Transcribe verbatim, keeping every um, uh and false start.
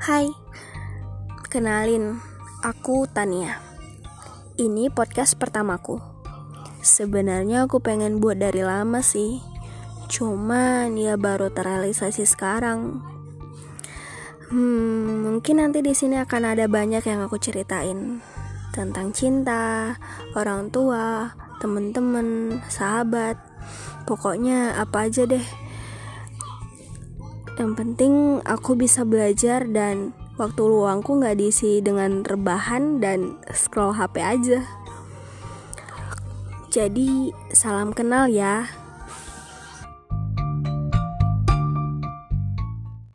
Hai, kenalin, aku Tania. Ini podcast pertamaku. Sebenarnya aku pengen buat dari lama sih, cuman ya baru terrealisasi sekarang. Hmm, mungkin nanti di sini akan ada banyak yang aku ceritain tentang cinta, orang tua, temen-temen, sahabat. Pokoknya apa aja deh. Yang penting aku bisa belajar dan waktu luangku gak diisi dengan rebahan dan scroll H P aja. Jadi salam kenal ya.